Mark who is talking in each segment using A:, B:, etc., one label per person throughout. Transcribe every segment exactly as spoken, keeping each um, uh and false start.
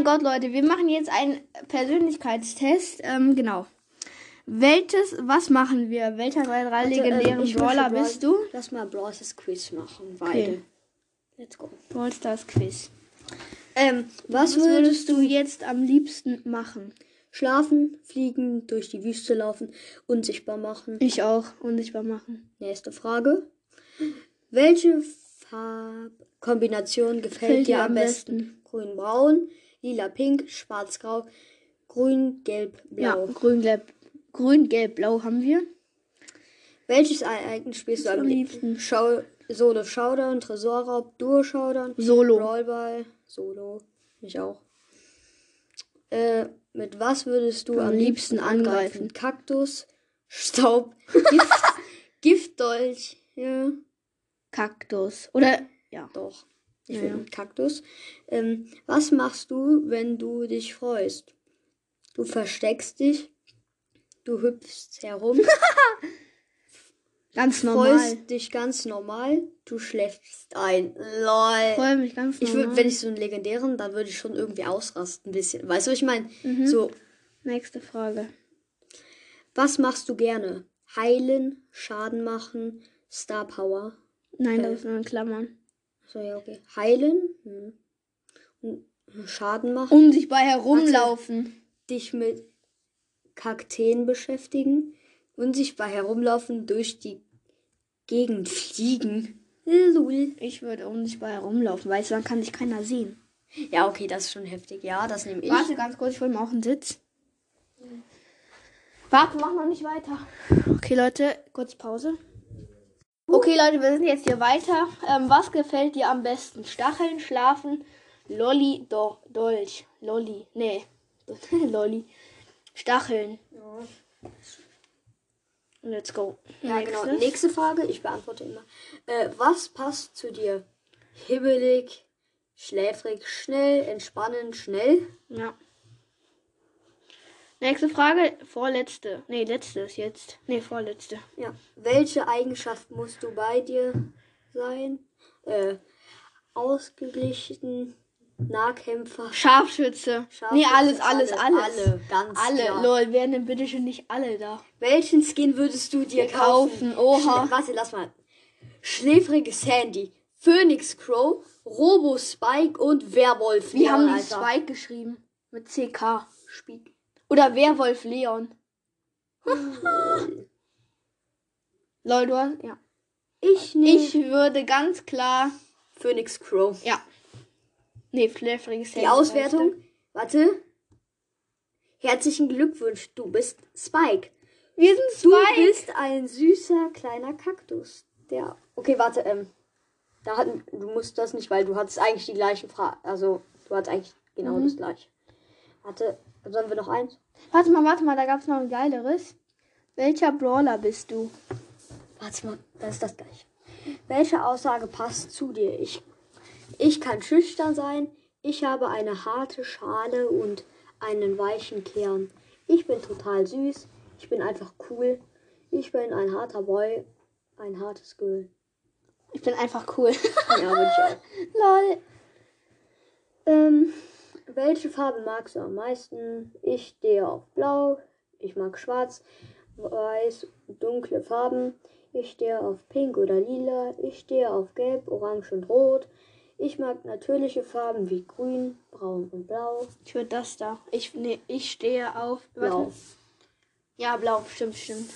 A: Gott, Leute, wir machen jetzt einen Persönlichkeitstest. Ähm, genau. Welches, was machen wir? Welcher drei, drei
B: Warte,
A: legendären
B: ähm, ich
A: Brawler
B: möchte Brawl-
A: bist du?
B: Lass mal Brawl Stars Quiz machen. Beide.
A: Okay.
B: Let's go.
A: Brawl Stars Quiz.
B: Ähm, was,
A: Was
B: würdest du
A: jetzt am liebsten machen?
B: schlafen, fliegen, durch die Wüste laufen, unsichtbar machen?
A: Ich auch. Unsichtbar machen.
B: Nächste Frage. Welche Farbkombination gefällt dir am besten? Grün-braun, lila-pink, schwarz-grau, grün-gelb-blau.
A: Ja, grün, gelb, grün, gelb, blau haben wir.
B: Welches Ereignis spielst du am liebsten? Schau Solo Showdown, Tresorraub, Duo Showdown,
A: Solo.
B: Brawlball, Solo. Ich auch. Äh, mit was würdest du
A: Am
B: am,
A: liebsten
B: liebsten angreifen?
A: angreifen?
B: Kaktus, Staub, Gift, Giftdolch. Ja,
A: Kaktus. Oder, ja.
B: doch. Ich
A: Ja,
B: will
A: ja.
B: mit Kaktus. Ähm, was machst du, wenn du dich freust? Du versteckst dich, du hüpfst herum,
A: Ganz normal.
B: freust dich ganz normal, du schläfst ein. Lol.
A: Ich freue mich ganz
B: Ich
A: normal.
B: würde, wenn ich so einen legendären, dann würde ich schon irgendwie ausrasten ein bisschen. Weißt du, was ich meine?
A: Mhm.
B: So,
A: Nächste Frage.
B: was machst du gerne? Heilen, Schaden machen, Star Power.
A: Nein,
B: Äh.
A: das ist nur in Klammern.
B: So, ja, okay. Heilen, hm. Und Schaden machen,
A: Unsichtbar herumlaufen.
B: dich mit Kakteen beschäftigen, unsichtbar herumlaufen, durch die Gegend fliegen. Lul.
A: Ich würde unsichtbar herumlaufen, weil dann kann dich keiner sehen.
B: Ja, okay, das ist schon heftig. Ja, das nehme ich.
A: Warte ganz kurz, ich hole mir auch einen Sitz. Warte, mach noch nicht weiter. Okay, Leute, kurz Pause. Okay, Leute, wir sind jetzt hier weiter. Ähm, was gefällt dir am besten? Stacheln, Schlafen, Lolli, Do Dolch. Lolli, nee. Lolli. Stacheln.
B: Ja.
A: Let's go.
B: Ja, genau.
A: Nächstes.
B: Nächste Frage, ich beantworte immer. Äh, was passt zu dir? Hibbelig, schläfrig, schnell, entspannend, schnell.
A: Ja. Nächste Frage, vorletzte. Nee, letzte ist jetzt. Nee, vorletzte.
B: Ja. Welche Eigenschaft musst du bei dir sein? Äh, ausgeglichen, Nahkämpfer,
A: Scharfschütze.
B: Scharfschütze,
A: Nee, alles, alles,
B: alle,
A: alles.
B: alle, ganz
A: Alle.
B: klar.
A: Lol, werden denn bitte schon nicht alle da?
B: Welchen Skin würdest du dir kaufen?
A: Kaufen, oha.
B: Schlä Warte, lass mal. Schläfrige Sandy, Phoenix Crow, Robo Spike und Werwolf.
A: Wie haben die
B: Alter.
A: Spike geschrieben? Mit C K. Spike. Oder Werwolf Leon. Lol, du hast, ja.
B: Ich nehme
A: Ich würde ganz klar,
B: Phoenix Crow.
A: ja. Nee, schläfriges
B: Die Auswertung. Warte. Herzlichen Glückwunsch, du bist Spike.
A: Wir sind
B: Du
A: zwei.
B: bist ein süßer kleiner Kaktus. Der. Okay, warte, ähm. Da hatten, du musst das nicht, weil du hattest eigentlich die gleichen Fragen. Also, du hattest eigentlich genau
A: Mhm.
B: das gleiche. Warte, sollen wir noch eins?
A: Warte mal, warte mal, da gab es noch ein geileres. Welcher Brawler bist du?
B: Warte mal, das ist das gleiche. Welche Aussage passt zu dir? Ich, ich kann schüchtern sein. Ich habe eine harte Schale und einen weichen Kern. Ich bin total süß. Ich bin einfach cool. Ich bin ein harter Boy. Ein hartes Girl.
A: Ich bin einfach cool.
B: Ja, würde ich auch.
A: Lol.
B: Ähm, welche Farbe magst du am meisten? Ich stehe auf Blau. Ich mag Schwarz, Weiß, dunkle Farben. Ich stehe auf Pink oder Lila. Ich stehe auf Gelb, Orange und Rot. Ich mag natürliche Farben wie Grün, Braun und Blau.
A: Ich würde das da. Ich, nee, ich stehe auf.
B: Blau.
A: Warte. Ja, blau, stimmt, stimmt.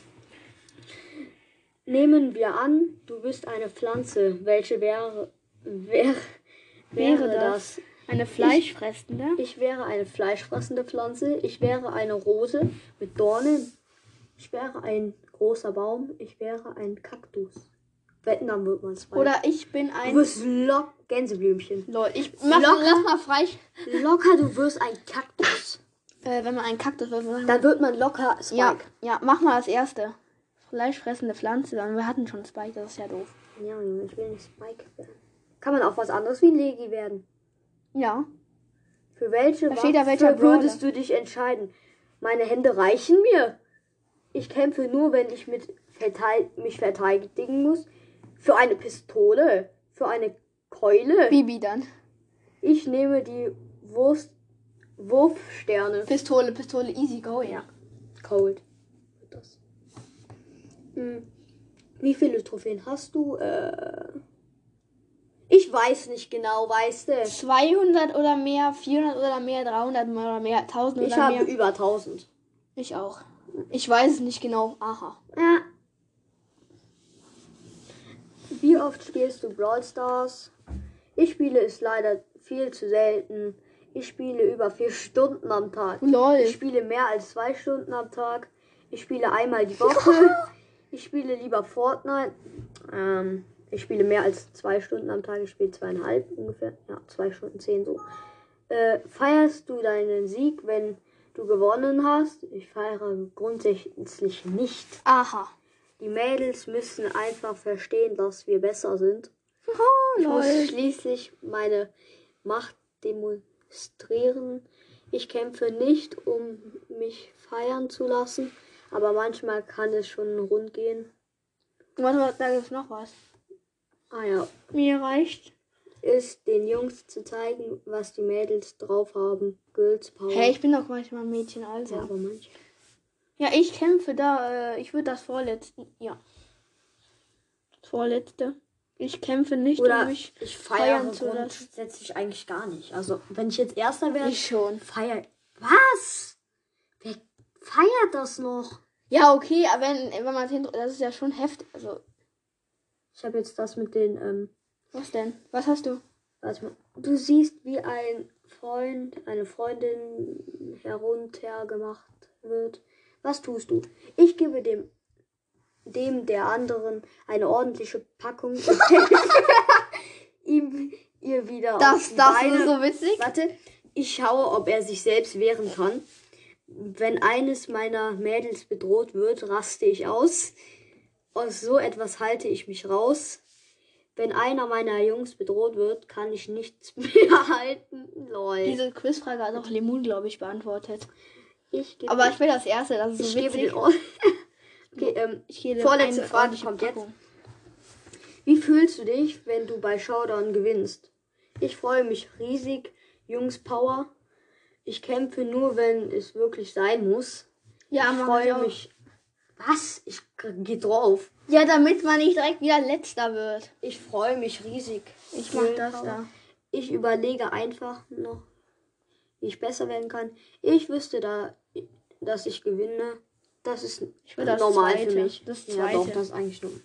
B: Nehmen wir an, du bist eine Pflanze. Welche wäre, wär, wäre,
A: Wäre
B: das?
A: das eine fleischfressende?
B: Ich wäre eine fleischfressende Pflanze. Ich wäre eine Rose mit Dornen. Ich wäre ein großer Baum. Ich wäre ein Kaktus. Wetten, dann wird man zwei.
A: Oder ich bin
B: du
A: ein.
B: wirst locker Gänseblümchen.
A: Lol, ich mach,
B: Locker.
A: lass mal frei.
B: Locker, du wirst ein Kaktus.
A: Äh, wenn man einen Kaktus will, sagen.
B: Dann wird man locker Spike.
A: Ja, ja, mach mal das erste. Fleischfressende Pflanze, dann wir hatten schon Spike, das ist ja doof.
B: Ja, Junge, ich will nicht Spike werden. Kann man auch was anderes wie ein Legi werden?
A: Ja.
B: Für welche
A: Da steht da, welcher
B: Waffe
A: Brawler.
B: würdest du dich entscheiden? Meine Hände reichen mir. Ich kämpfe nur, wenn ich mit verteid- mich verteidigen muss. Für eine Pistole. Für eine Keule.
A: Bibi dann.
B: Ich nehme die Wurst Wurfsterne.
A: Pistole, Pistole, easy go, ja.
B: Cold. Das. Hm. Wie viele Trophäen hast du? Äh, ich weiß nicht genau, weißt du?
A: zweihundert oder mehr, vierhundert oder mehr, dreihundert oder mehr, tausend
B: Ich
A: oder
B: habe
A: mehr.
B: über tausend.
A: Ich auch. Ich weiß es nicht genau. Aha.
B: Ja. Wie oft spielst du Brawl Stars? Ich spiele es leider viel zu selten. Ich spiele über vier Stunden am Tag.
A: Lol.
B: Ich spiele mehr als zwei Stunden am Tag. Ich spiele einmal die Woche. Ich spiele lieber Fortnite. Ähm, ich spiele mehr als zwei Stunden am Tag. Ich spiele zweieinhalb ungefähr. Ja, zwei Stunden zehn so. Äh, feierst du deinen Sieg, wenn du gewonnen hast? Ich feiere grundsätzlich nicht.
A: Aha.
B: Die Mädels müssen einfach verstehen, dass wir besser sind.
A: Oh,
B: Ich muss
A: lol.
B: schließlich meine Macht demonstrieren. Ich kämpfe nicht, um mich feiern zu lassen, aber manchmal kann es schon rund gehen.
A: Warte mal, da gibt's noch was.
B: Ah ja,
A: Mir reicht.
B: ist den Jungs zu zeigen, was die Mädels drauf haben. Girls Power.
A: Hey, ich bin doch manchmal ein Mädchen, also.
B: Ja, aber manche.
A: Ja, ich kämpfe da. Äh, ich würde das vorletzte. Ja. Das vorletzte. Ich kämpfe nicht,
B: Oder
A: um mich
B: ich feiere
A: feiern zu lassen.
B: grundsätzlich eigentlich gar nicht. Also, wenn ich jetzt Erster werde,
A: Ich schon.
B: feiere. Was? Wer feiert das noch?
A: Ja, okay, aber wenn, wenn man hin. Das ist ja schon heftig. Also,
B: Ich habe jetzt das mit den, ähm,
A: was denn? Was hast du?
B: warte mal. Du siehst, wie ein Freund, eine Freundin heruntergemacht wird. Was tust du? Ich gebe dem, dem der anderen eine ordentliche Packung und ihm ihr wieder auf
A: Das,
B: die
A: das
B: Beine.
A: ist so witzig.
B: Warte, ich schaue, ob er sich selbst wehren kann. Wenn eines meiner Mädels bedroht wird, raste ich aus. Aus so etwas halte ich mich raus. Wenn einer meiner Jungs bedroht wird, kann ich nichts mehr halten. Lol.
A: Diese Quizfrage hat auch Lemon, glaube ich, beantwortet.
B: Ich gebe
A: Aber ich will das erste, das ist
B: ich
A: so
B: gebe
A: witzig.
B: den Ohr. Okay, ähm,
A: Ich gebe
B: vorletzte
A: eine
B: Frage
A: ordentliche
B: kommt jetzt.
A: Packung.
B: Wie fühlst du dich, wenn du bei Showdown gewinnst? Ich freue mich riesig. Jungs Power. Ich kämpfe nur, wenn es wirklich sein muss.
A: Ja,
B: ich
A: mach
B: freue
A: ich auch.
B: mich. Was? Ich k- geh drauf.
A: Ja, damit man nicht direkt wieder letzter wird.
B: Ich freue mich riesig.
A: Ich mach das
B: Power.
A: da.
B: Ich überlege einfach noch, wie ich besser werden kann. Ich wüsste da, dass ich gewinne. Das ist
A: Ich will das
B: normal
A: zweite.
B: für mich.
A: Das
B: Ja, doch,
A: zweite.
B: das ist eigentlich normal.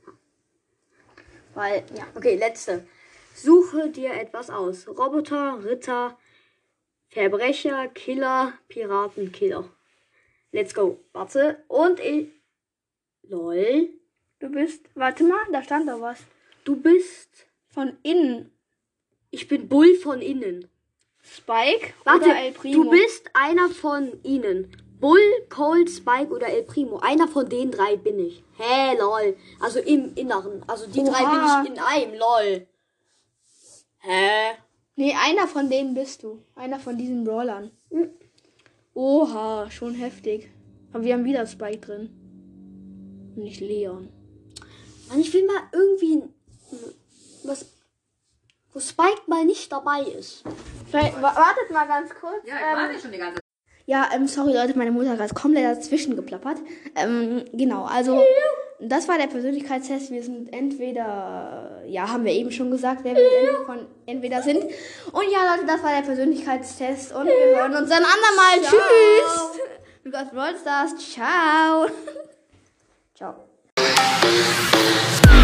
A: Weil, ja.
B: Okay, letzte. Suche dir etwas aus. Roboter, Ritter, Verbrecher, Killer, Piraten, Killer. Let's go. Warte. Und ich... Lol.
A: Du bist, warte mal, da stand doch was.
B: Du bist...
A: Von innen.
B: Ich bin Bull von innen.
A: Spike
B: Warte,
A: oder El Primo?
B: du bist einer von ihnen. Bull, Colt, Spike oder El Primo. Einer von den drei bin ich. Hä, lol. Also im Inneren. Also die
A: Oha.
B: drei bin ich in einem, lol. Hä?
A: Nee, einer von denen bist du. Einer von diesen Brawlern.
B: Hm.
A: Oha, schon heftig. Aber wir haben wieder Spike drin. Nicht Leon.
B: Mann, ich will mal irgendwie was, wo Spike mal nicht dabei ist.
A: Vielleicht, wa- wartet mal ganz kurz.
C: Ja, ich
A: ähm,
C: warte schon die ganze Zeit.
A: Ja, ähm, sorry Leute, meine Mutter hat gerade komplett dazwischen geplappert. Ähm, genau, also das war der Persönlichkeitstest. Wir sind entweder, ja, haben wir eben schon gesagt, wer wir entweder von entweder sind. Und ja, Leute, das war der Persönlichkeitstest und wir hören uns dann andermal.
B: Ciao.
A: Tschüss. Lukas Brawl Stars. Ciao. Ciao.